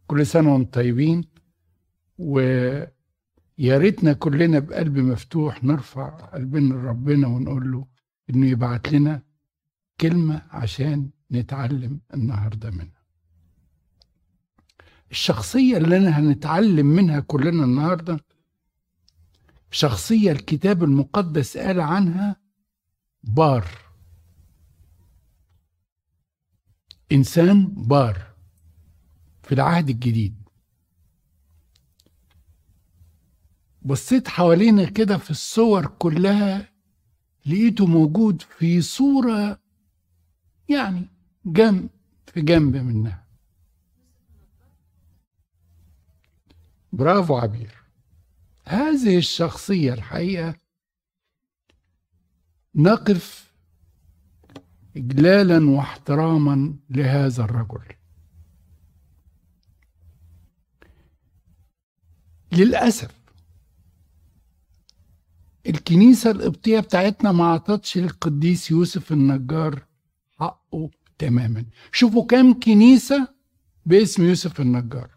كل سنة وانتم طيبين، ويا ريتنا كلنا بقلب مفتوح نرفع قلبنا لربنا ونقول له انه يبعت لنا كلمة عشان نتعلم النهاردة منها. الشخصية اللي انا هنتعلم منها كلنا النهاردة شخصية الكتاب المقدس قال عنها بار، إنسان بار في العهد الجديد. بصيت حوالينا كده في الصور كلها لقيته موجود في صورة يعني جنب في جنب منها. برافو عبير. هذه الشخصية الحقيقة نقف إجلالا واحتراما لهذا الرجل. للأسف الكنيسة القبطية بتاعتنا ما عطتش للقديس يوسف النجار حقه تماما. شوفوا كم كنيسة باسم يوسف النجار،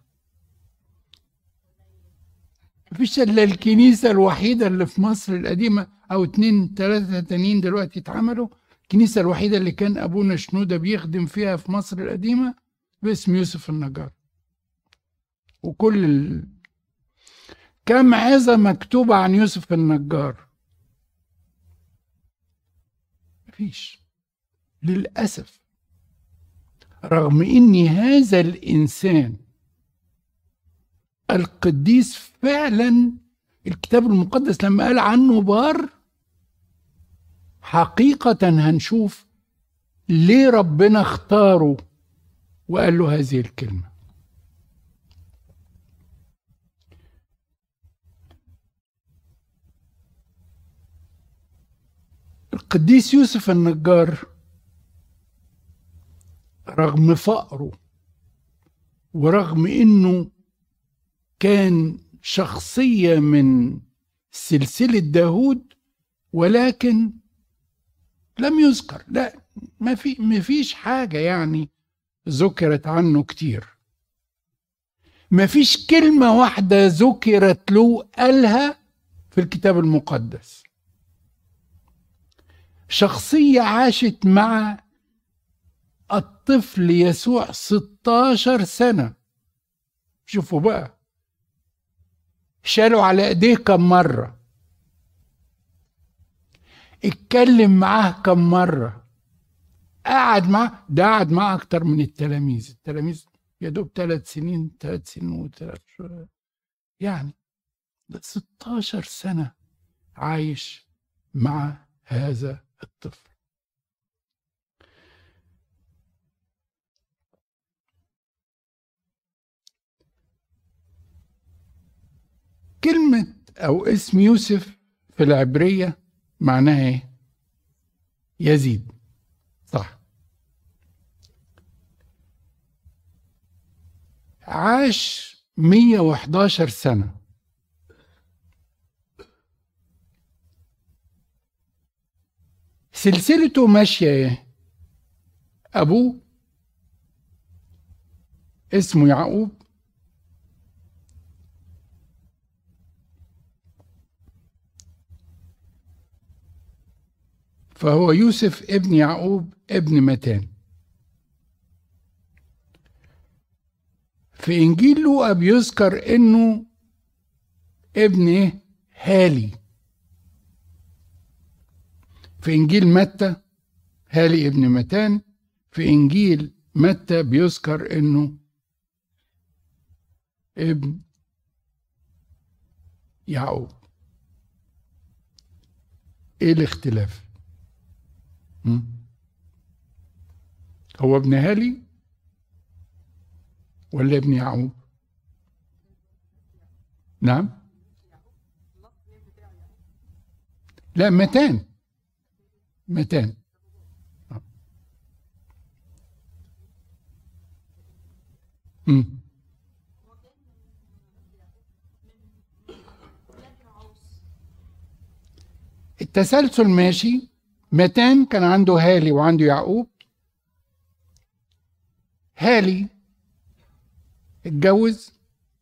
مفيش إلا الكنيسة الوحيدة اللي في مصر القديمة أو 2 3 تانيين دلوقتي اتعملوا. الكنيسة الوحيدة اللي كان أبونا شنودة بيخدم فيها في مصر القديمة باسم يوسف النجار. وكل كم عظة مكتوبة عن يوسف النجار؟ مفيش للأسف. رغم إن هذا الإنسان القديس فعلا الكتاب المقدس لما قال عنه بار، حقيقة هنشوف ليه ربنا اختاره وقال له هذه الكلمة. القديس يوسف النجار رغم فقره ورغم انه كان شخصية من سلسلة داود، ولكن لم يذكر، لا ما فيش حاجة يعني ذكرت عنه كتير. ما فيش كلمة واحدة ذكرت له قالها في الكتاب المقدس. شخصية عاشت مع الطفل يسوع 16 سنة. شوفوا بقى، شالوا على ايديه كم مرة، اتكلم معاه كم مرة، قعد معاه اكتر من التلاميذ يا دوب 3 سنين وثلاث شهور يعني. 16 سنة عايش مع هذا الطفل. كلمة أو اسم يوسف في العبرية معناها ايه؟ يزيد، صح. عاش 111 سنة. سلسلته ماشية ايه؟ أبوه اسمه يعقوب، فهو يوسف ابن يعقوب ابن متان. في إنجيل لوقا بيذكر إنه ابن إيه؟ هالي. في إنجيل متى هالي ابن متان. في إنجيل متى بيذكر إنه ابن يعقوب. إيه الاختلاف؟ هو ابن هالي ولا ابن يعقوب؟ نعم، لا متان. التسلسل ماشي. متان كان عنده هالي وعنده يعقوب. هالي اتجوز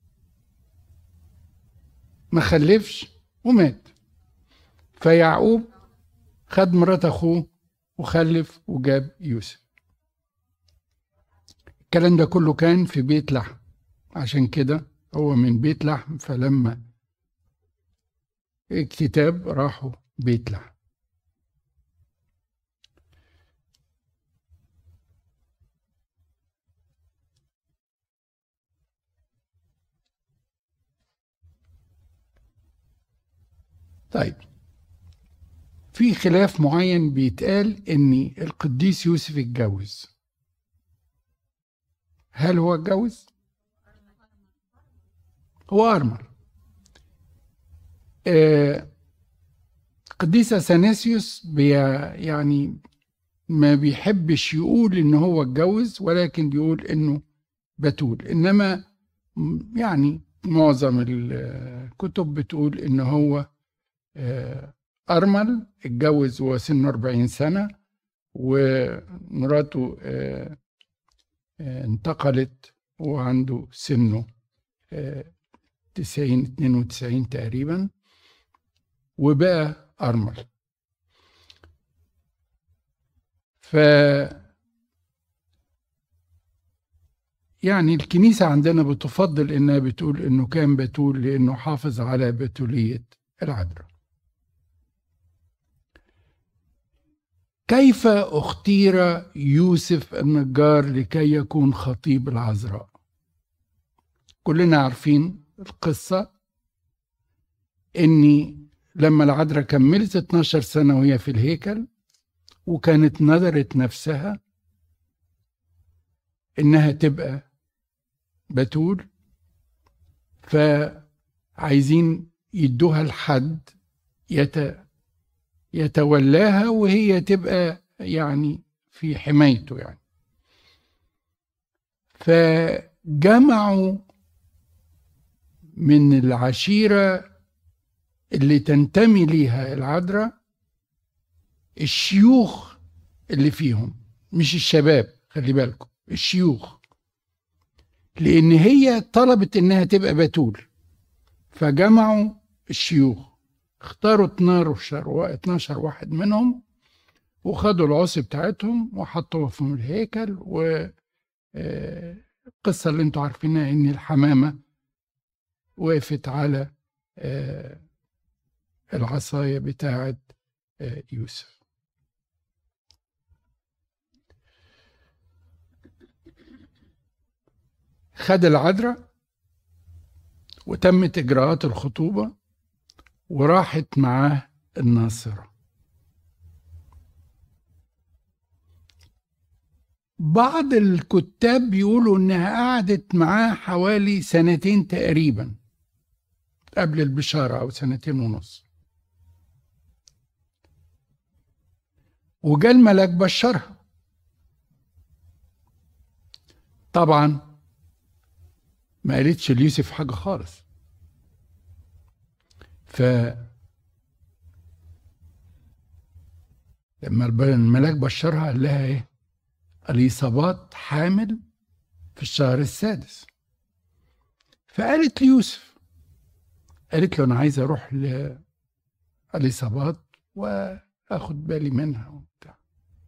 ما خلفش ومات، فيعقوب خد مرات اخوه وخلف وجاب يوسف. الكلام ده كله كان في بيت لحم، عشان كده هو من بيت لحم، فلما الكتاب راحوا بيت لحم. طيب، في خلاف معين بيتقال ان القديس يوسف اتجوز. هل هو اتجوز؟ هو أرمل. قديس أثناسيوس يعني ما بيحبش يقول ان هو اتجوز، ولكن بيقول انه بتول. انما يعني معظم الكتب بتقول ان هو أرمل، اتجوز وهو سنه 40 سنة، ومراته انتقلت وعنده سنه 92 تقريبا، وبقى أرمل. يعني الكنيسة عندنا بتفضل إنها بتقول إنه كان بتول لأنه حافظ على بتولية العذراء. كيف اختير يوسف النجار لكي يكون خطيب العذراء؟ كلنا عارفين القصة، إني لما العذراء كملت 12 سنة وهي في الهيكل، وكانت نذرت نفسها إنها تبقى بتول، فعايزين يدوها لحد يتولاها وهي تبقى يعني في حمايته يعني. فجمعوا من العشيرة اللي تنتمي ليها العذراء الشيوخ اللي فيهم، مش الشباب، خلي بالكم، الشيوخ، لأن هي طلبت إنها تبقى بتول. فجمعوا الشيوخ، اختاروا 12 واحد منهم، وخدوا العصي بتاعتهم وحطوها في الهيكل. والقصة اللي انتوا عارفينها ان الحمامة وقفت على العصاية بتاعت يوسف. خد العذراء وتمت إجراءات الخطوبة، وراحت معاه الناصرة. بعض الكتاب بيقولوا إنها قعدت معاه حوالي 2 تقريبا قبل البشارة، أو 2.5 سنة، وجاء الملاك بشرها. طبعا ما قالتش ليوسف حاجة خالص. لما الملاك بشرها قال لها ايه؟ اليصابات حامل في الشهر 6. فقالت ليوسف، قالت له انا عايزه اروح لاليصابات واخد بالي منها وبتاع.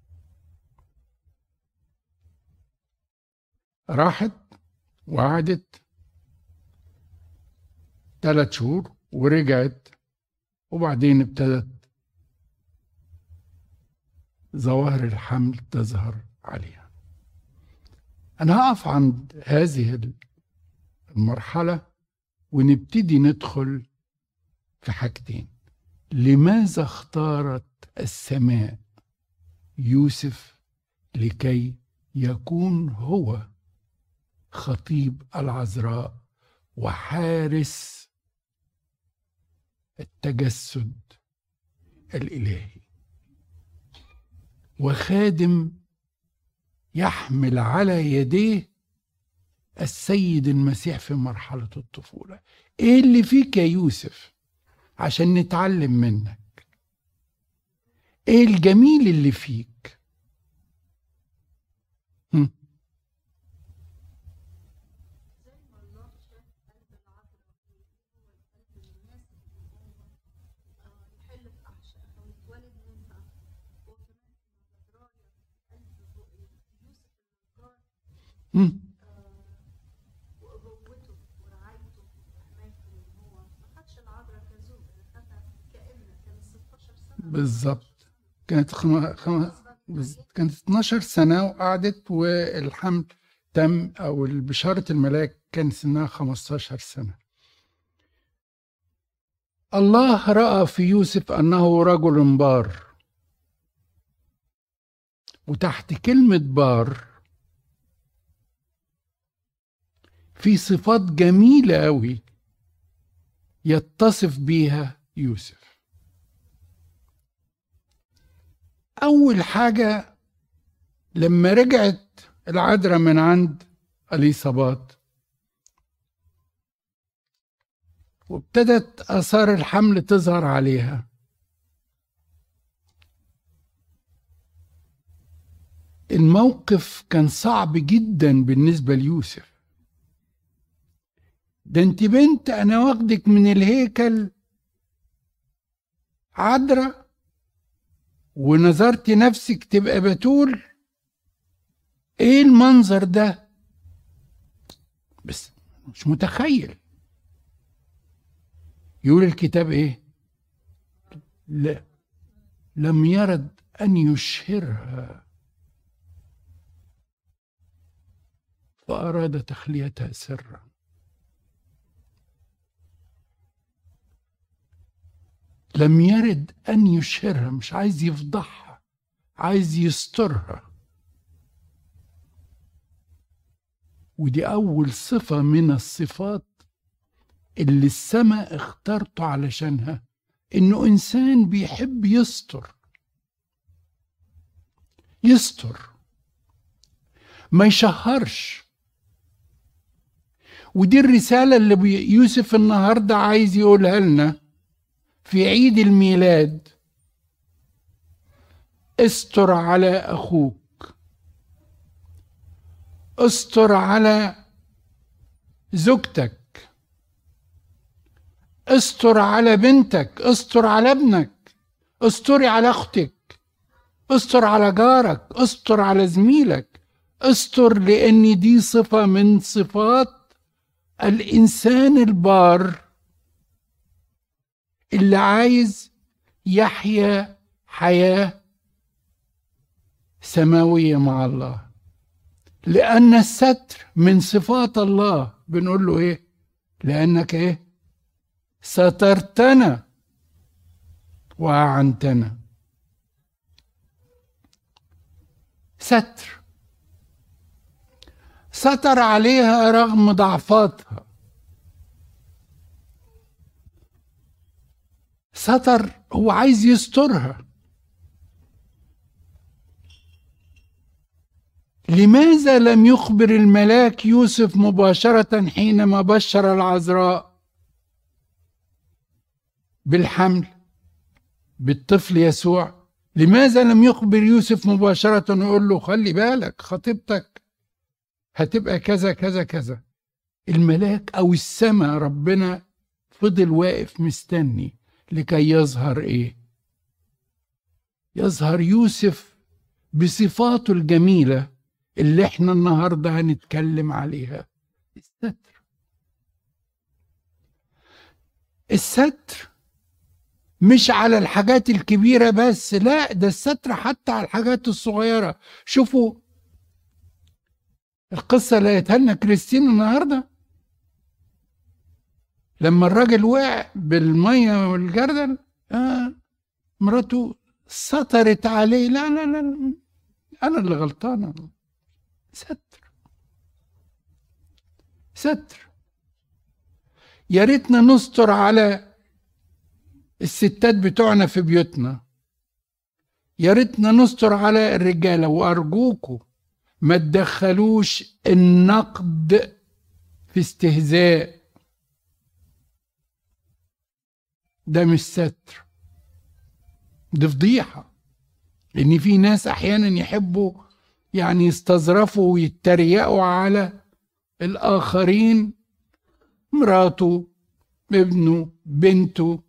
راحت وقعدت 3 شهور ورجعت، وبعدين ابتدت ظواهر الحمل تظهر عليها. أنا هقف عند هذه المرحلة ونبتدي ندخل في حاجتين. لماذا اختارت السماء يوسف لكي يكون هو خطيب العذراء وحارس التجسد الإلهي، وخادم يحمل على يديه السيد المسيح في مرحلة الطفولة؟ ايه اللي فيك يا يوسف عشان نتعلم منك؟ ايه الجميل اللي فيك؟ وابوته ورعايته وحمايته، هو ما خدش العذراء كزوج، خدها كأمه. كانت 16 سنه بالظبط. كانت كانت 12 سنة وقعدت، والحمل تم، أو بشارة الملاك كان سنها 15 سنة. الله رأى في يوسف أنه رجل بار، وتحت كلمة بار في صفات جميلة أوي يتصف بيها يوسف. أول حاجة، لما رجعت العذراء من عند اليصابات وابتدت آثار الحمل تظهر عليها، الموقف كان صعب جدا بالنسبة ليوسف. ده انت بنت، انا واخدك من الهيكل عذراء ونظرتي نفسك تبقى بتول، ايه المنظر ده؟ بس مش متخيل. يقول الكتاب ايه؟ لا، لم يرد ان يشهرها فاراد تخليتها سرا. لم يرد ان يشهرها، مش عايز يفضحها، عايز يسترها. ودي اول صفة من الصفات اللي السماء اختارته علشانها، انه انسان بيحب يستر ما يشهرش. ودي الرسالة اللي يوسف النهاردة عايز يقولها لنا في عيد الميلاد. استر على اخوك، استر على زوجتك، استر على بنتك، استر على ابنك، استري على اختك، استر على جارك، استر على زميلك، استر، لان دي صفة من صفات الانسان البار اللي عايز يحيا حياة سماوية مع الله. لأن الستر من صفات الله. بنقول له ايه؟ لأنك ايه؟ سترتنا وأعنتنا. ستر عليها رغم ضعفاتها، ستر، هو عايز يسترها. لماذا لم يخبر الملاك يوسف مباشرة حينما بشر العذراء بالحمل بالطفل يسوع؟ لماذا لم يخبر يوسف مباشرة ويقول له خلي بالك خطيبتك هتبقى كذا كذا كذا؟ الملاك أو السماء ربنا فضل واقف مستني لكي يظهر ايه؟ يظهر يوسف بصفاته الجميلة اللي احنا النهاردة هنتكلم عليها. الستر مش على الحاجات الكبيرة بس، لا، ده الستر حتى على الحاجات الصغيرة. شوفوا القصة اللي قالتها لنا كريستين النهاردة، لما الراجل وقع بالمية والجردل، مراته سترت عليه، لا لا لا انا اللي غلطانة. ستر. يا ريتنا نستر على الستات بتوعنا في بيوتنا، يا ريتنا نستر على الرجالة. وأرجوكوا ما تدخلوش النقد في استهزاء، ده مش ستر، دي فضيحة. لأن في ناس أحيانا يحبوا يعني يستظرفوا ويتريقوا على الآخرين، مراته، ابنه، بنته،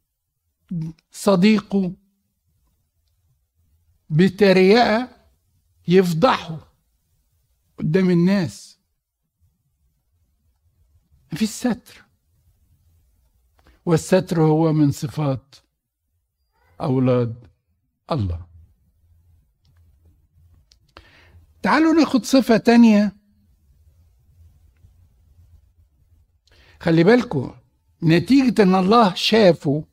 صديقه، بتريقة يفضحوا. قدام الناس. في الستر، والستر هو من صفات أولاد الله. تعالوا ناخد صفة تانية. خلي بالكم، نتيجة ان الله شافه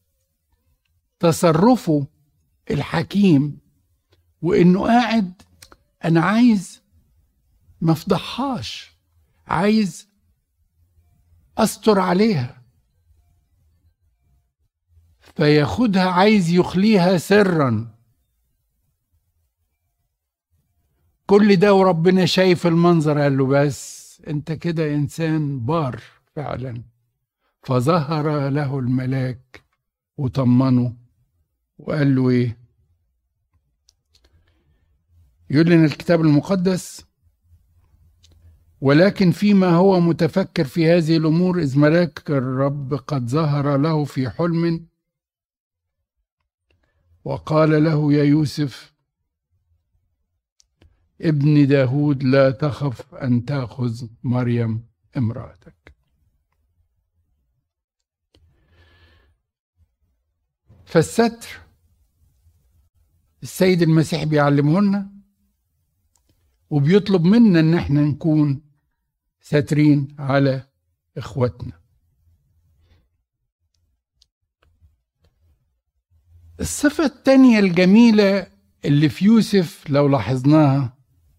تصرفه الحكيم، وانه قاعد انا عايز ما افضحهاش، عايز استر عليها، فياخدها عايز يخليها سرا. كل ده وربنا شايف المنظر، قال له بس انت كده انسان بار فعلا. فظهر له الملاك وطمنه وقال له ايه؟ يقول لنا الكتاب المقدس: ولكن فيما هو متفكر في هذه الامور اذ ملاك الرب قد ظهر له في حلم وقال له: يا يوسف ابن داود، لا تخف ان تاخذ مريم امرأتك. فالستر السيد المسيح بيعلمه لنا، وبيطلب منا ان احنا نكون ساترين على اخواتنا. الصفة التانية الجميلة اللي في يوسف لو لاحظناها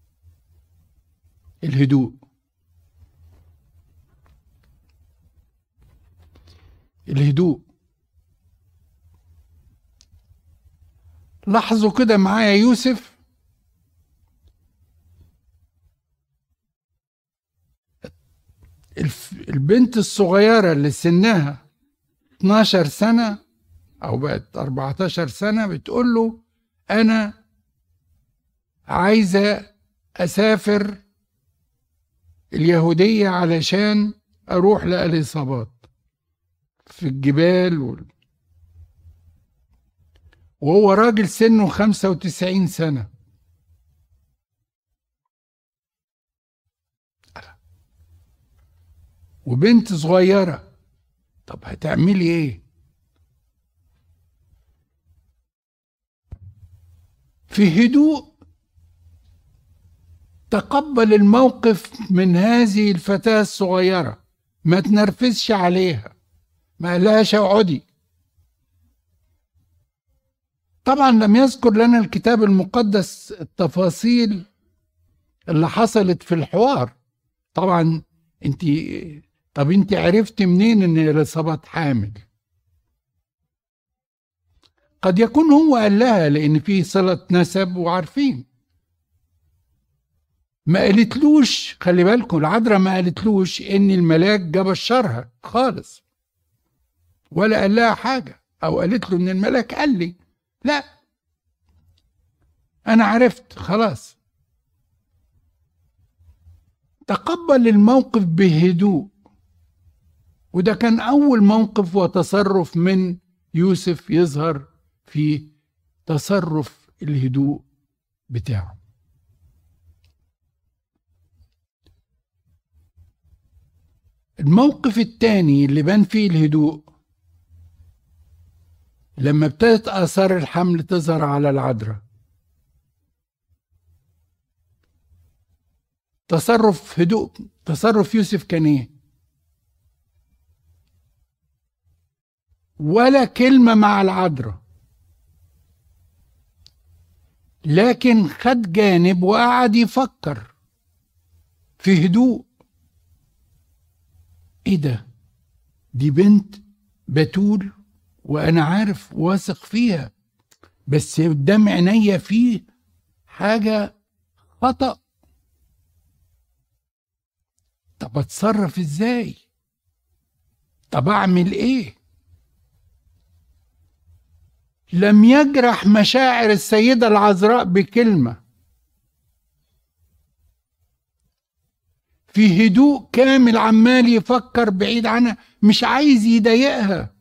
الهدوء. الهدوء. لاحظوا كده معايا يوسف البنت الصغيرة اللي سنها 12 سنة أو بقت 14 سنة بتقول له: أنا عايزة أسافر اليهودية علشان أروح لإليصابات في الجبال وهو راجل سنه 95 سنة. وبنت صغيرة، طب هتعملي ايه؟ في هدوء تقبل الموقف من هذه الفتاة الصغيرة، ما تنرفزش عليها، ما قالهاش اقعدي. طبعا لم يذكر لنا الكتاب المقدس التفاصيل اللي حصلت في الحوار. طبعا انت عرفت منين ان اليصابات حامل؟ قد يكون هو قال لها لان في صلة نسب وعارفين. ما قالتلوش، خلي بالكم، العذراء ما قالتلوش ان الملاك جاب بشرها خالص، ولا قال لها حاجة او قالت له ان الملاك قال لي. لا، انا عرفت خلاص. تقبل الموقف بهدوء، وده كان اول موقف وتصرف من يوسف يظهر في تصرف الهدوء بتاعه. الموقف الثاني اللي بان فيه الهدوء لما ابتدت آثار الحمل تظهر على العذراء. تصرف هدوء، تصرف يوسف كان ايه؟ ولا كلمة مع العذراء، لكن خد جانب وقعد يفكر في هدوء. ايه ده؟ دي بنت بتول وانا عارف واثق فيها، بس قدام عينيا فيه حاجة خطأ. طب اتصرف ازاي؟ طب اعمل ايه؟ لم يجرح مشاعر السيدة العذراء بكلمة. في هدوء كامل عمال يفكر بعيد عنها، مش عايز يضايقها.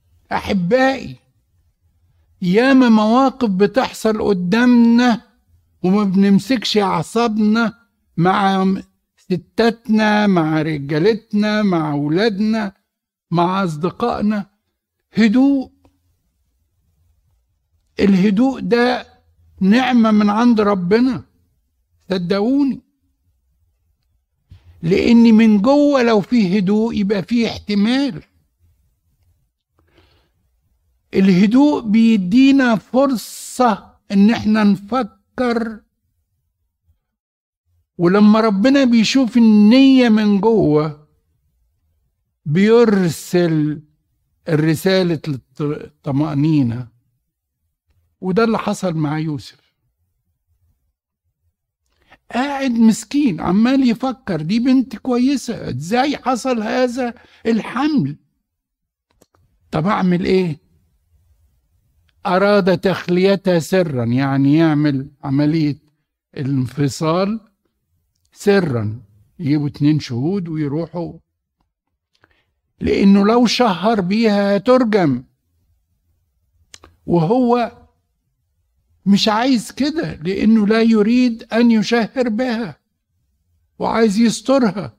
احبائي، ياما مواقف بتحصل قدامنا وما بنمسكش أعصابنا مع ستاتنا، مع رجالتنا، مع أولادنا، مع أصدقائنا. هدوء. الهدوء ده نعمة من عند ربنا، صدقوني. لأن من جوه لو فيه هدوء يبقى فيه احتمال. الهدوء بيدينا فرصة ان احنا نفكر، ولما ربنا بيشوف النية من جوه بيرسل الرسالة للطمأنينة. وده اللي حصل مع يوسف. قاعد مسكين عمال يفكر، دي بنت كويسة، ازاي حصل هذا الحمل؟ طب اعمل ايه؟ اراد تخليتها سرا، يعني يعمل عملية الانفصال سرا، يجيبوا 2 شهود ويروحوا، لانه لو شهر بيها هترجم، وهو مش عايز كده، لانه لا يريد ان يشهر بها وعايز يسترها.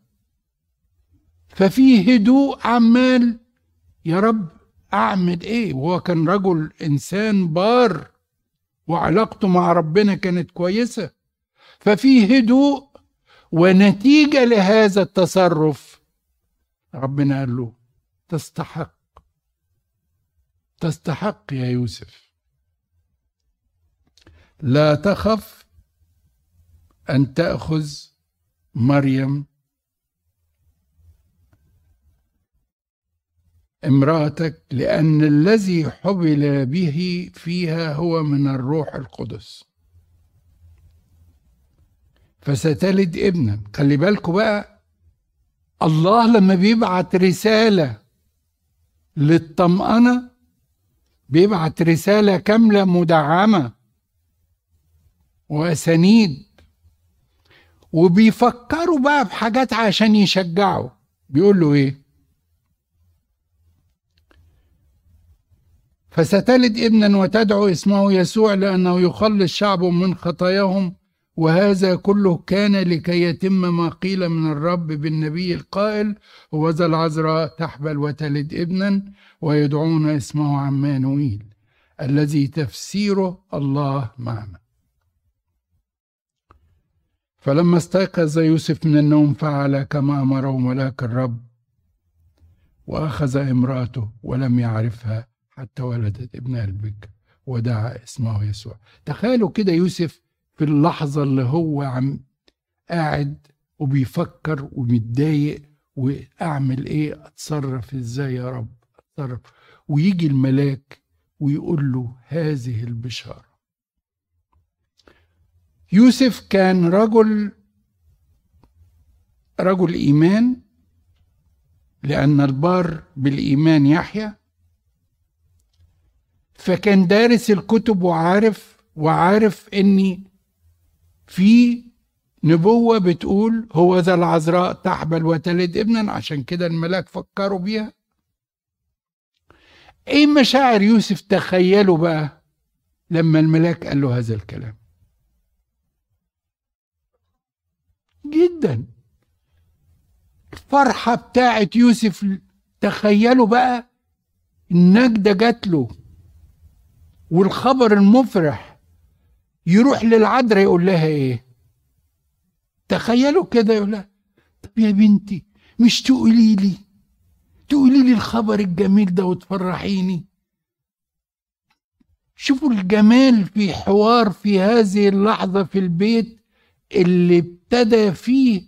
ففي هدوء عمال، يا رب اعمل ايه؟ وهو كان رجل انسان بار وعلاقته مع ربنا كانت كويسة. ففي هدوء، ونتيجة لهذا التصرف ربنا قال له تستحق يا يوسف، لا تخف أن تأخذ مريم امرأتك، لأن الذي حبل به فيها هو من الروح القدس، فستلد ابنا. خلي بالكوا بقى، الله لما بيبعت رسالة للطمأنة بيبعت رسالة كاملة مدعمة وأسانيد، وبيفكروا بقى بحاجات عشان يشجعوا. بيقول له ايه؟ فستلد ابنا وتدعو اسمه يسوع، لأنه يخلص شعبه من خطاياهم. وهذا كله كان لكي يتم ما قيل من الرب بالنبي القائل: وذا العذراء تحبل وتلد ابنا ويدعون اسمه عمانوئيل، الذي تفسيره الله معنا. فلما استيقظ يوسف من النوم فعل كما أمره ملاك الرب، وأخذ امرأته ولم يعرفها حتى ولدت ابنها البكر، ودعا اسمه يسوع. تخيلوا كده يوسف في اللحظة اللي هو عم قاعد وبيفكر ومتضايق، وأعمل إيه؟ أتصرف إزاي يا رب؟ أتصرف. ويجي الملاك ويقول له هذه البشارة. يوسف كان رجل إيمان، لأن البار بالإيمان يحيى. فكان دارس الكتب وعارف إني في نبوة بتقول هو ذا العذراء تحبل وتلد ابنا، عشان كده الملاك فكروا بيها. ايه مشاعر يوسف؟ تخيلوا بقى لما الملاك قال له هذا الكلام. جدا الفرحة بتاعت يوسف. تخيلوا بقى النجدة جات له والخبر المفرح، يروح للعذراء يقول لها ايه؟ تخيلوا كده، يقول لها طب يا بنتي مش تقولي لي الخبر الجميل ده وتفرحيني؟ شوفوا الجمال في حوار في هذه اللحظة في البيت اللي ابتدى فيه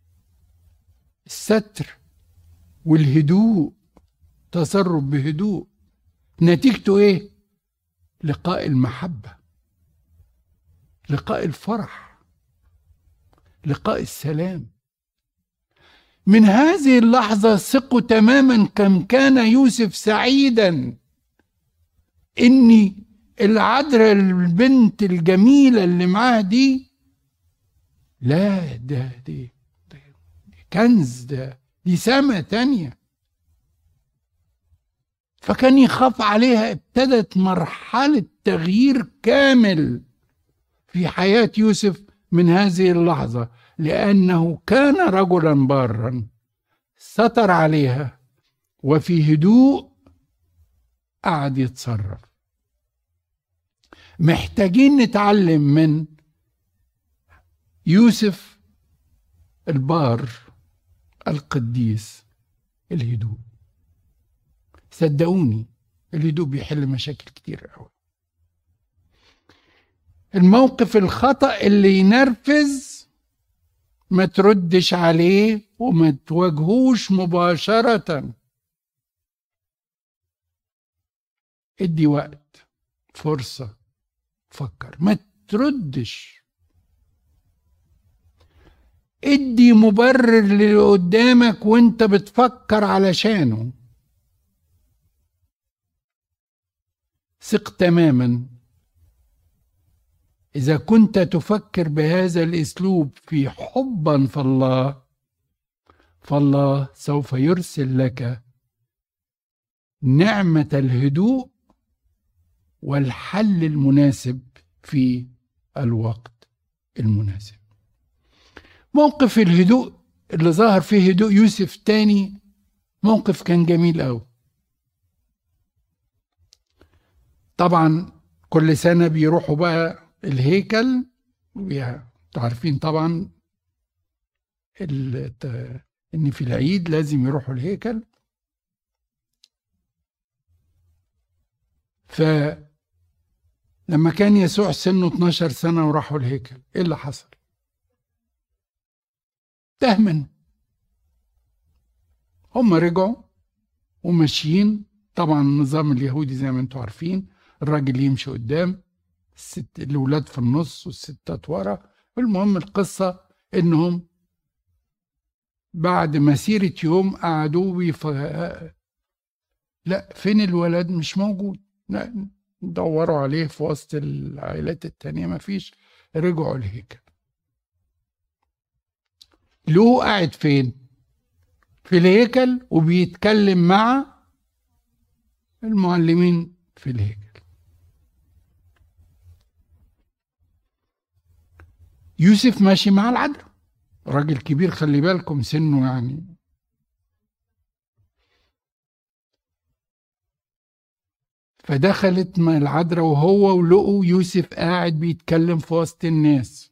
الستر والهدوء، تصرف بهدوء. نتيجته ايه؟ لقاء المحبة، لقاء الفرح، لقاء السلام. من هذه اللحظة ثقوا تماما كم كان يوسف سعيدا اني العذراء البنت الجميلة اللي معاه دي، لا دي كنز، دي سما تانية. فكان يخاف عليها. ابتدت مرحلة تغيير كامل في حياة يوسف من هذه اللحظة، لأنه كان رجلا بارا ستر عليها وفي هدوء قعد يتصرف. محتاجين نتعلم من يوسف البار القديس الهدوء. صدقوني الهدوء بيحل مشاكل كتير قوي. الموقف الخطأ اللي ينرفز ما تردش عليه وما تواجهوش مباشرة، ادي وقت، فرصة، فكر، ما تردش، ادي مبرر اللي قدامك وانت بتفكر علشانه. ثق تماما إذا كنت تفكر بهذا الأسلوب في حبا فالله سوف يرسل لك نعمة الهدوء والحل المناسب في الوقت المناسب. موقف الهدوء اللي ظهر فيه هدوء يوسف تاني موقف كان جميل أوي. طبعا كل سنة بيروحوا بقى الهيكل، عارفين طبعا ان في العيد لازم يروحوا الهيكل. فلما كان يسوع سنه 12 سنة وراحوا الهيكل، ايه اللي حصل؟ تهمن. هم رجعوا وماشيين، طبعا النظام اليهودي زي ما انتم عارفين الراجل يمشي قدام، الولاد في النص والستات ورا. المهم القصة انهم بعد مسيرة يوم قعدوا لا فين الولد؟ مش موجود. لا، دوروا عليه في وسط العائلات التانية مفيش. رجعوا الهيكل. لو قاعد فين؟ في الهيكل وبيتكلم مع المعلمين في الهيكل. يوسف ماشي مع العذراء، راجل كبير، خلي بالكم سنه يعني. فدخلت مع العذراء وهو ولقوا يوسف قاعد بيتكلم في وسط الناس.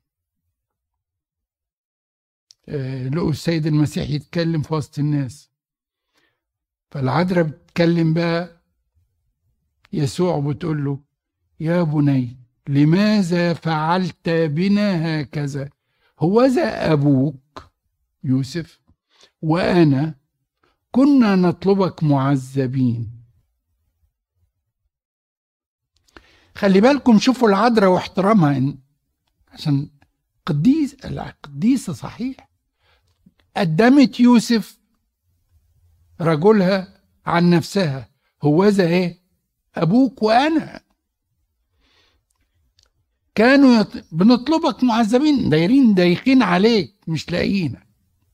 لقوا السيد المسيح يتكلم في وسط الناس. فالعذراء بتتكلم بقى يسوع وبتقول له: يا بني لماذا فعلت بنا هكذا؟ هوذا أبوك يوسف وأنا كنا نطلبك معذبين. خلي بالكم، شوفوا العذراء واحترامها، عشان قديسة صحيح، قدمت يوسف رجلها عن نفسها. هوذا ايه؟ أبوك وأنا كانوا بنطلبك معذبين، دايخين عليك مش لاقيينك.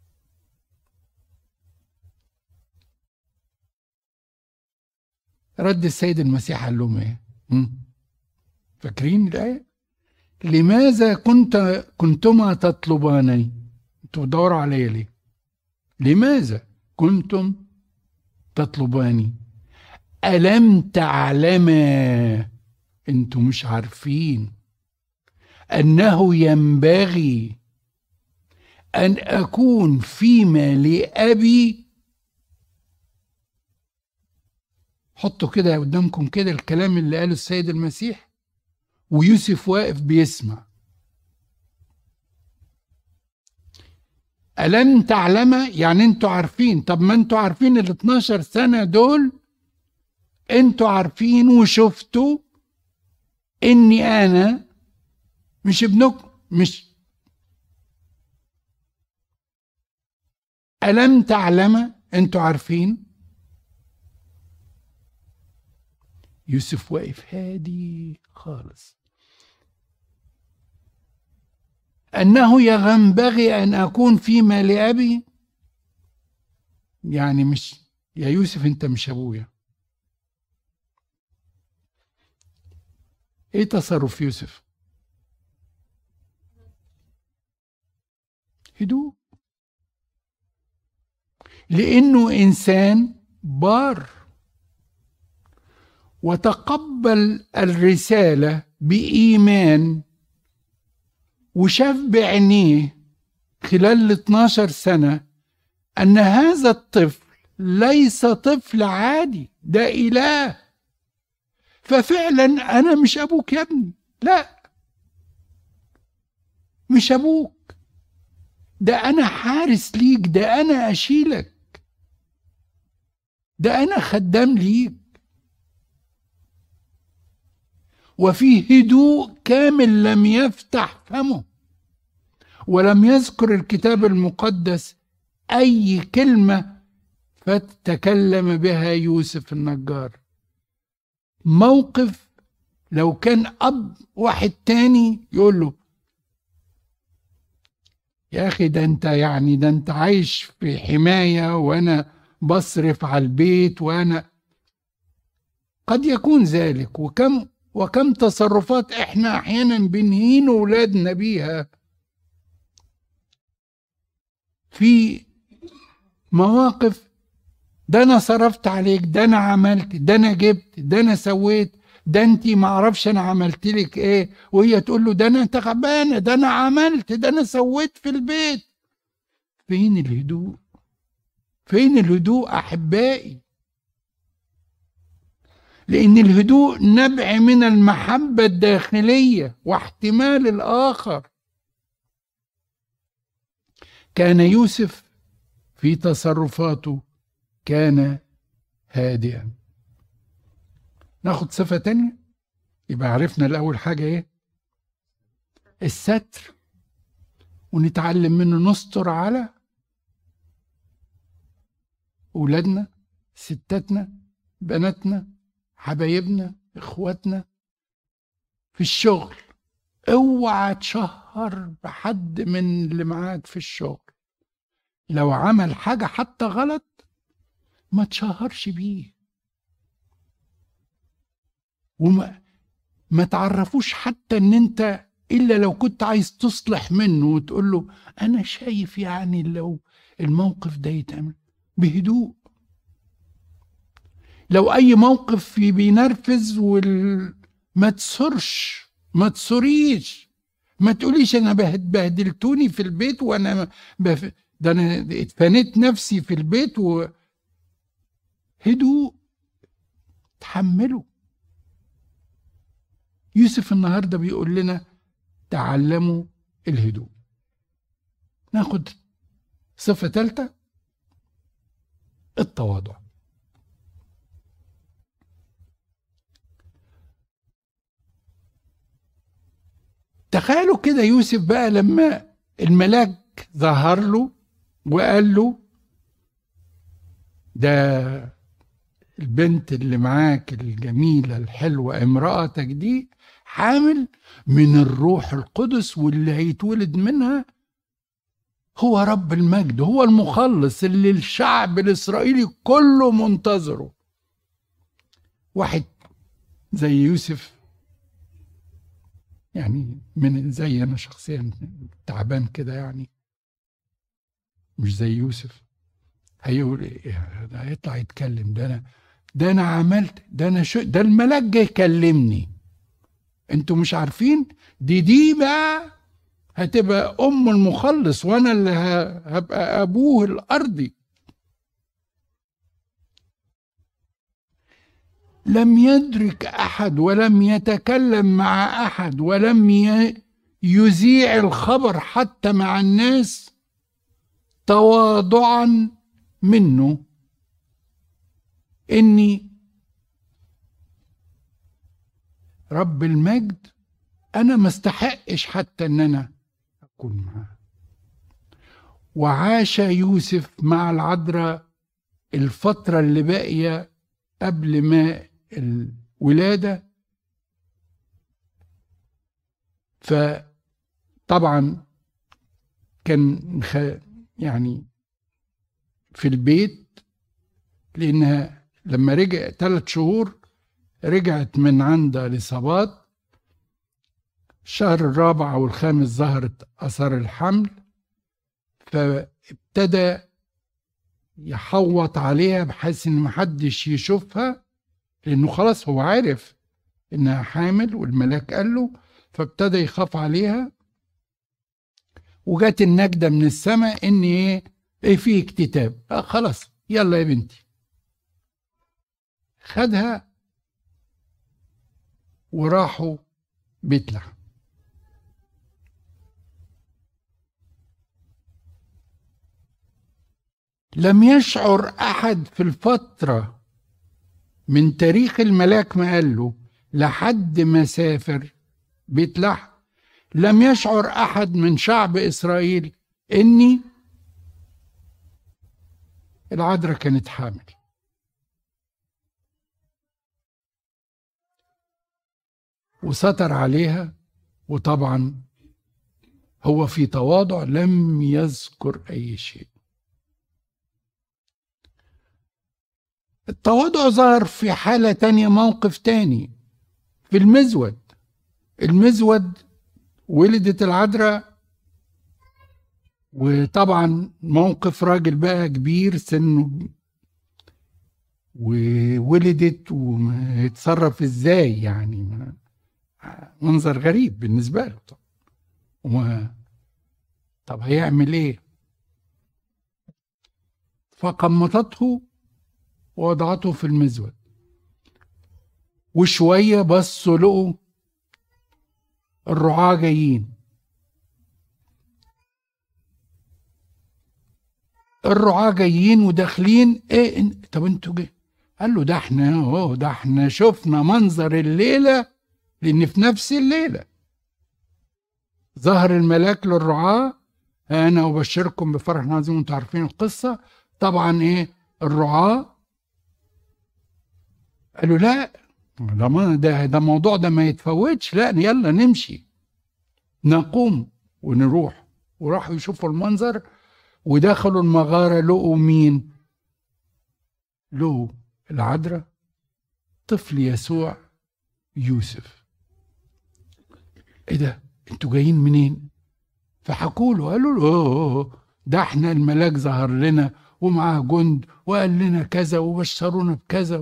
رد السيد المسيح قال لهم ايه؟ فاكرين الآية؟ لماذا كنتما تطلبانني؟ انتوا بتدوروا عليا ليه؟ لماذا كنتم تطلباني؟ ألم تعلما؟ انتوا مش عارفين أنه ينبغي أن أكون فيما لأبي؟ حطوا كده قدامكم كده الكلام اللي قاله السيد المسيح ويوسف واقف بيسمع. ألم تعلم يعني انتوا عارفين. طب ما انتوا عارفين ال 12 سنة دول، انتوا عارفين وشفتوا اني انا مش ابنكم. مش ألم تعلم؟ انتوا عارفين. يوسف واقف هادي خالص. أنه ينبغي أن أكون فيما لأبي، يعني مش يا يوسف أنت مش أبويا. إيه تصرف يوسف؟ هدوء، لأنه إنسان بار وتقبل الرسالة بإيمان، وشاف بعينيه خلال 12 سنة أن هذا الطفل ليس طفل عادي، ده إله. ففعلا أنا مش أبوك يا ابني، لا مش أبوك، ده أنا حارس ليك، ده أنا أشيلك، ده أنا خدام ليك. وفي هدوء كامل لم يفتح فمه، ولم يذكر الكتاب المقدس أي كلمة فتكلم بها يوسف النجار. موقف لو كان أب واحد تاني يقول له يا أخي ده أنت يعني ده أنت عايش في حماية وأنا بصرف على البيت، وأنا قد يكون ذلك. وكم تصرفات احنا احيانا بنهين اولادنا بيها في مواقف، ده انا صرفت عليك، ده انا عملت، ده انا جبت، ده انا سويت، ده انتي معرفش انا عملت لك ايه، وهي تقول له ده انا تعبانه، ده انا عملت، ده انا سويت في البيت. فين الهدوء؟ فين الهدوء احبائي؟ لأن الهدوء نبع من المحبة الداخلية واحتمال الآخر. كان يوسف في تصرفاته كان هادئا. ناخد صفة تانية، يبقى عرفنا الأول حاجة إيه؟ الستر، ونتعلم منه نستر على أولادنا، ستاتنا، بناتنا، حبايبنا، اخواتنا. في الشغل اوعى تشهر بحد من اللي معاك في الشغل، لو عمل حاجة حتى غلط ما تشهرش بيه، وما تعرفوش حتى ان انت، الا لو كنت عايز تصلح منه وتقول له انا شايف يعني لو الموقف ده يتعمل بهدوء. لو اي موقف بينرفز ما تسرش، ما تسريش، ما تقوليش انا بهدلتوني في البيت وانا ده انا اتفنيت نفسي في البيت. هدوء تحمله. يوسف النهارده بيقول لنا تعلموا الهدوء. ناخد صفة ثالثة، التواضع. تخيلوا كده يوسف بقى لما الملاك ظهر له وقال له ده البنت اللي معاك الجميلة الحلوة امرأتك دي حامل من الروح القدس، واللي هيتولد منها هو رب المجد، هو المخلص اللي الشعب الإسرائيلي كله منتظره. واحد زي يوسف، يعني من زي أنا شخصيا تعبان كده، يعني مش زي يوسف، هيقول ايه؟ هيطلع يتكلم ده انا عملت، ده انا ده الملاك جاي يكلمني، انتوا مش عارفين دي بقى هتبقى ام المخلص، وانا اللي هبقى ابوه الارضي. لم يدرك احد ولم يتكلم مع احد ولم يذيع الخبر حتى مع الناس تواضعا منه، اني رب المجد انا ما استحقش حتى ان انا اكون معاه. وعاش يوسف مع العذراء الفترة اللي باقية قبل ما الولادة، فطبعا كان يعني في البيت، لأنها لما رجع 3 شهور رجعت من عند اليصابات، الشهر الرابع أو الخامس ظهرت أثار الحمل، فابتدى يحوط عليها بحيث ان محدش يشوفها، لانه خلاص هو عارف انها حامل والملاك قال له، فابتدى يخاف عليها. وجات النجدة من السماء ان ايه في اكتتاب، خلاص يلا يا بنتي. خدها وراحوا بيت لحم. لم يشعر احد في الفترة من تاريخ الملاك ما قال له لحد ما سافر بيت لحم، لم يشعر احد من شعب اسرائيل اني العذراء كانت حامل. وستر عليها، وطبعا هو في تواضع لم يذكر اي شيء. التواضع ظهر في حالة تانية، موقف تاني في المزود. المزود ولدت العذراء، وطبعا موقف راجل بقى كبير سنه، وولدت ويتصرف ازاي يعني، منظر غريب بالنسبة له. طب هيعمل ايه؟ فقمطته ووضعته في المزود، وشوية بصوا لقوا الرعاة جايين. الرعاة جايين وداخلين. ايه طب انتوا جاي؟ قال له ده احنا شفنا منظر الليلة، لان في نفس الليلة ظهر الملاك للرعاة، انا ابشركم بفرح عظيم. وانتوا عارفين القصة طبعا. ايه الرعاة قالوا لا، ده موضوع ده ما يتفوتش، لا يلا نمشي نقوم ونروح. وراحوا يشوفوا المنظر، ودخلوا المغارة لقوا مين؟ لقوا العذراء، طفل يسوع يوسف. ايه ده؟ انتوا جايين منين؟ فحكوا له، قالوا له ده احنا الملاك ظهر لنا ومعاه جند وقال لنا كذا وبشرونا بكذا.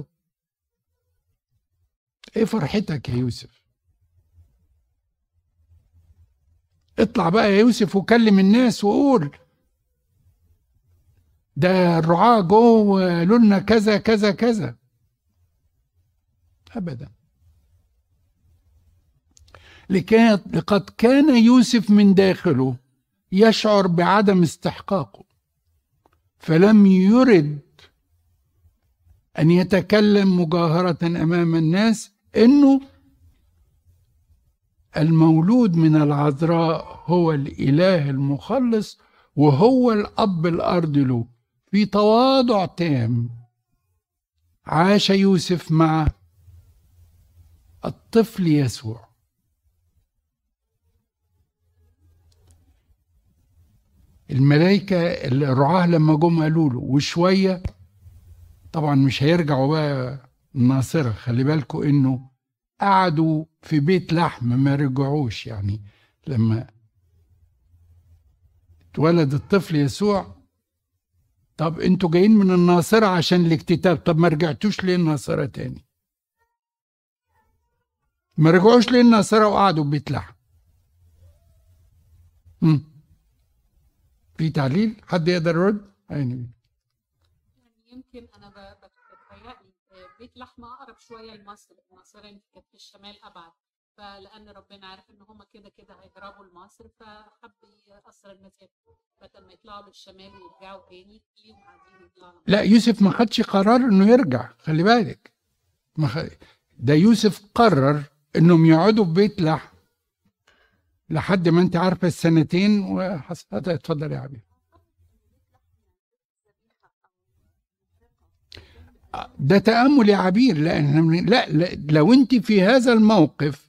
ايه فرحتك يا يوسف؟ اطلع بقى يا يوسف وكلم الناس وقول ده الرعاة جو قالوا لنا كذا كذا كذا. ابدا. لقد كان يوسف من داخله يشعر بعدم استحقاقه، فلم يرد أن يتكلم مجاهرة أمام الناس إنه المولود من العذراء هو الإله المخلص وهو الأب الأرض له. في تواضع تام عاش يوسف مع الطفل يسوع. الملائكة الرعاة لما جم قالوا له، وشوية طبعا مش هيرجعوا بقى الناصرة، خلي بالكم انه قعدوا في بيت لحم ما رجعوش. يعني لما اتولد الطفل يسوع، طب انتوا جايين من الناصرة عشان الاكتتاب، طب ما رجعتوش ليه الناصرة تاني؟ ما رجعوش ليه الناصرة وقعدوا في بيت لحم؟ في تعليل؟ حد يقدر يرد؟ يعني يمكن انا بتهيألي بيت لحم اقرب شويه لمصر، الناصرة كانت في الشمال ابعد، فلان ربنا عارف ان هم كده كده هيهربوا لمصر، فحب يقصر المسافه بدل ما يطلعوا للشمال ويرجعوا تاني ليهم قاعدين يطلعوا. لا، يوسف ما خدش قرار انه يرجع، خلي بالك. ده يوسف قرر انهم يقعدوا في بيت لحم لحد ما انت عارفه السنتين وحصلت. اتفضل يا حبيبي. ده تأمل يا عبير، لأن لا لو انت في هذا الموقف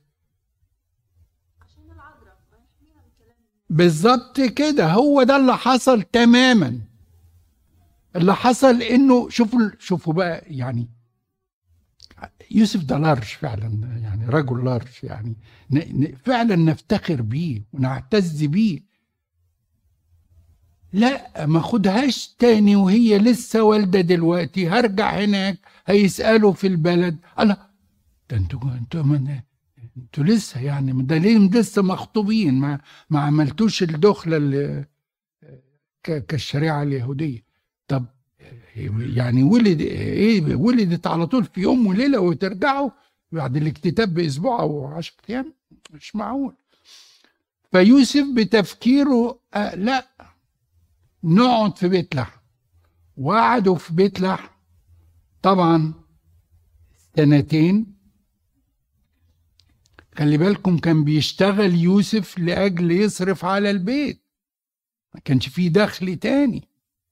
بالظبط كده، هو ده اللي حصل تماما. اللي حصل انه شوفوا بقى، يعني يوسف ده لارج فعلا، يعني رجل لارج، يعني فعلا نفتخر بيه ونعتز بيه. لا ما خدهاش تاني وهي لسه والدة دلوقتي، هرجع هناك هيسألوا في البلد الله ده انتوا لسه يعني ده ليه لسه مخطوبين ما عملتوش الدخلة اللي كالشريعة اليهودية. طب يعني ولدت على طول في يوم وليلة وترجعوا بعد الاكتتاب بأسبوع أو 10 أيام؟ مش معقول. فيوسف بتفكيره لا نقعد في بيت لحم. وقعدوا في بيت لحم طبعا 2. خلي بالكم كان بيشتغل يوسف لأجل يصرف على البيت، ما كانش فيه دخل تاني.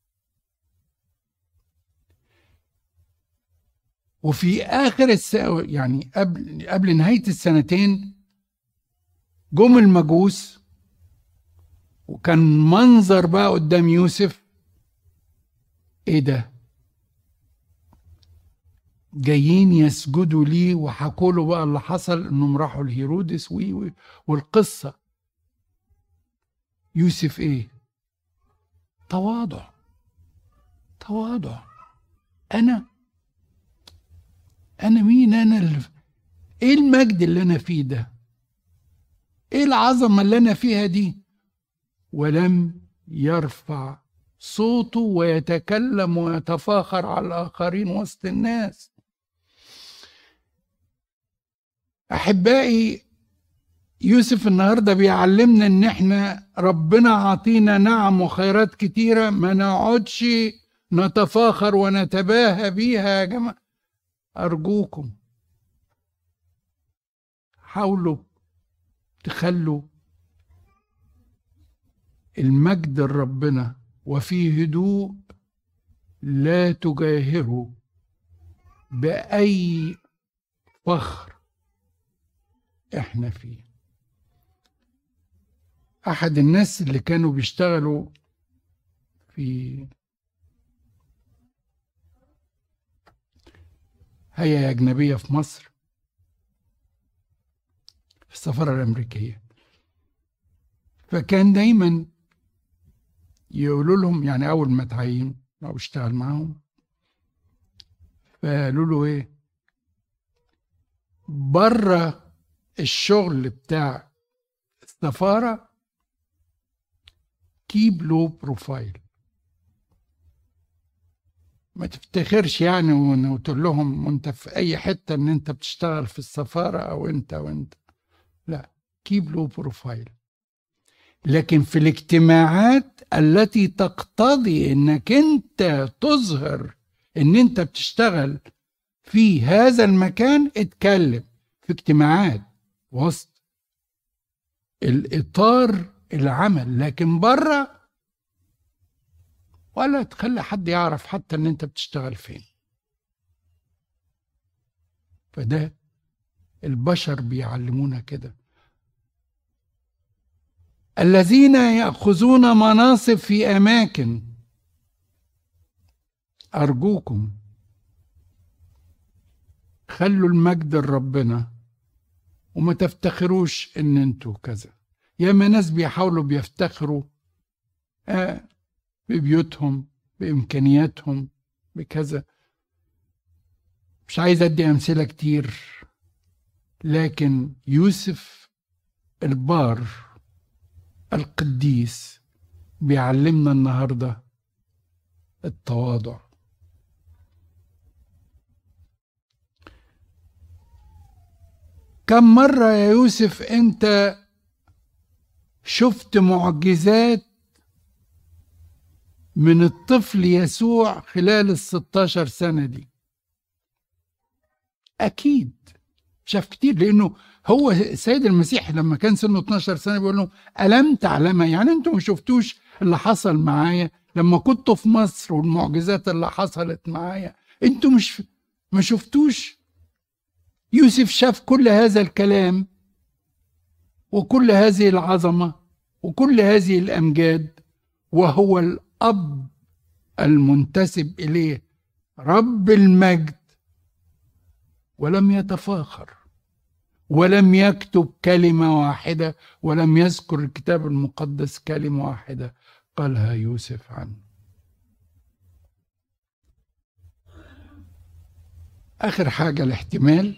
وفي آخر يعني قبل نهاية 2 جم المجوس، وكان منظر بقى قدام يوسف ايه ده، جايين يسجدوا ليه وحكوا له بقى اللي حصل انهم راحوا لهيرودس والقصة. يوسف ايه؟ تواضع. انا مين؟ ايه المجد اللي انا فيه ده؟ ايه العظمة اللي انا فيها دي؟ ولم يرفع صوته ويتكلم ويتفاخر على الآخرين وسط الناس. أحبائي يوسف النهاردة بيعلمنا ان احنا ربنا عطينا نعم وخيرات كتيرة، ما نقعدش نتفاخر ونتباهى بيها يا جماعة. أرجوكم حاولوا تخلوا المجد لربنا وفي هدوء، لا تجاهروا بأي فخر احنا فيه. احد الناس اللي كانوا بيشتغلوا في هيئة أجنبية في مصر في السفارة الأمريكية، فكان دايما يقولوا لهم يعني أول ما تعين أو اشتغل معهم فقالوا له إيه، بره الشغل بتاع السفارة keep low profile، ما تفتخرش يعني وتقول لهم وانت في اي حتة ان انت بتشتغل في السفارة او انت لا، keep low profile. لكن في الاجتماعات التي تقتضي انك انت تظهر ان انت بتشتغل في هذا المكان اتكلم في اجتماعات وسط الاطار العمل، لكن بره ولا تخلي حد يعرف حتى ان انت بتشتغل فين. فده البشر بيعلمونا كده. الذين يأخذون مناصب في أماكن، أرجوكم خلوا المجد لربنا وما تفتخروش ان انتوا كذا. ياما ناس بيحاولوا بيفتخروا ببيوتهم بإمكانياتهم بكذا. مش عايز أدي أمثلة كتير، لكن يوسف البار القديس بيعلمنا النهاردة التواضع. كم مرة يا يوسف أنت شفت معجزات من الطفل يسوع خلال 16 سنة دي؟ أكيد شاف كتير، لأنه هو السيد المسيح لما كان سنه 12 سنة بيقول له ألم تعلم؟ يعني أنتوا ما شفتوش اللي حصل معايا لما كنت في مصر والمعجزات اللي حصلت معايا؟ أنتوا ما شفتوش؟ يوسف شاف كل هذا الكلام وكل هذه العظمة وكل هذه الأمجاد، وهو الأب المنتسب إليه رب المجد، ولم يتفاخر ولم يكتب كلمة واحدة ولم يذكر الكتاب المقدس كلمة واحدة. قالها يوسف عنه. آخر حاجة الاحتمال.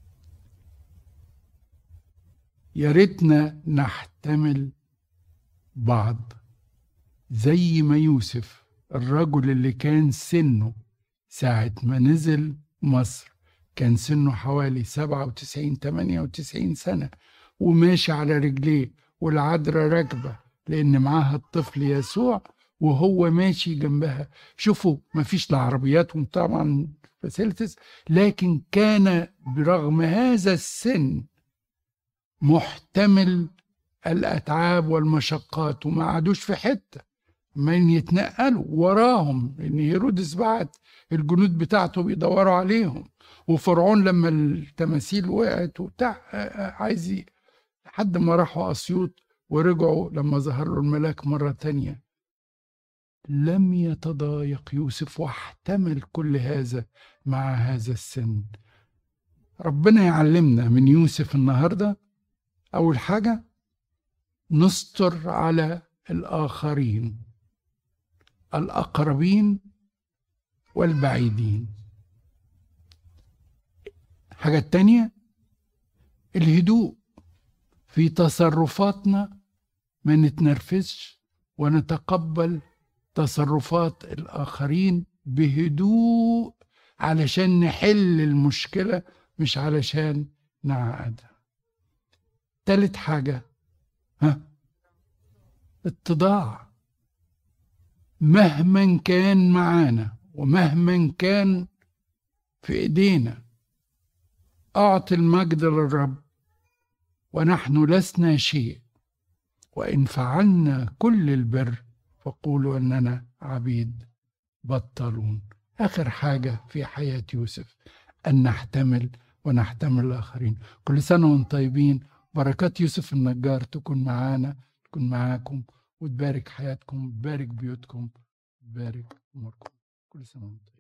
يا ريتنا نحتمل بعض زي ما يوسف الرجل اللي كان سنه ساعة ما نزل مصر كان سنه حوالي 97-98 سنة، وماشي على رجليه والعذراء راكبة لأن معاها الطفل يسوع وهو ماشي جنبها. شوفوا مفيش لا عربيات طبعا فاسيلتس، لكن كان برغم هذا السن محتمل الأتعاب والمشقات، وما عادوش في حتة من يتنقلوا وراهم، لأن هيرودس بعت الجنود بتاعته بيدوروا عليهم، وفرعون لما التماثيل وقعت وبتاع عايز لحد ما راحوا أسيوط ورجعوا لما ظهر له الملاك مرة تانية. لم يتضايق يوسف واحتمل كل هذا مع هذا السن. ربنا يعلمنا من يوسف النهاردة أول حاجة نستر على الآخرين، الأقربين والبعيدين. حاجة التانية الهدوء في تصرفاتنا، ما نتنرفزش ونتقبل تصرفات الآخرين بهدوء علشان نحل المشكلة مش علشان نعقدها. تالت حاجة اتضاع. مهما كان معانا ومهما كان في ايدينا اعطي المجد للرب ونحن لسنا شيء، وان فعلنا كل البر فقولوا اننا عبيد بطلون. اخر حاجة في حياة يوسف ان نحتمل ونحتمل الاخرين. كل سنة وانتم طيبين. بركات يوسف النجار تكون معانا، تكون معاكم، وتبارك حياتكم، وتبارك بيوتكم، وتبارك اموركم. كل سنة وانتم طيبين.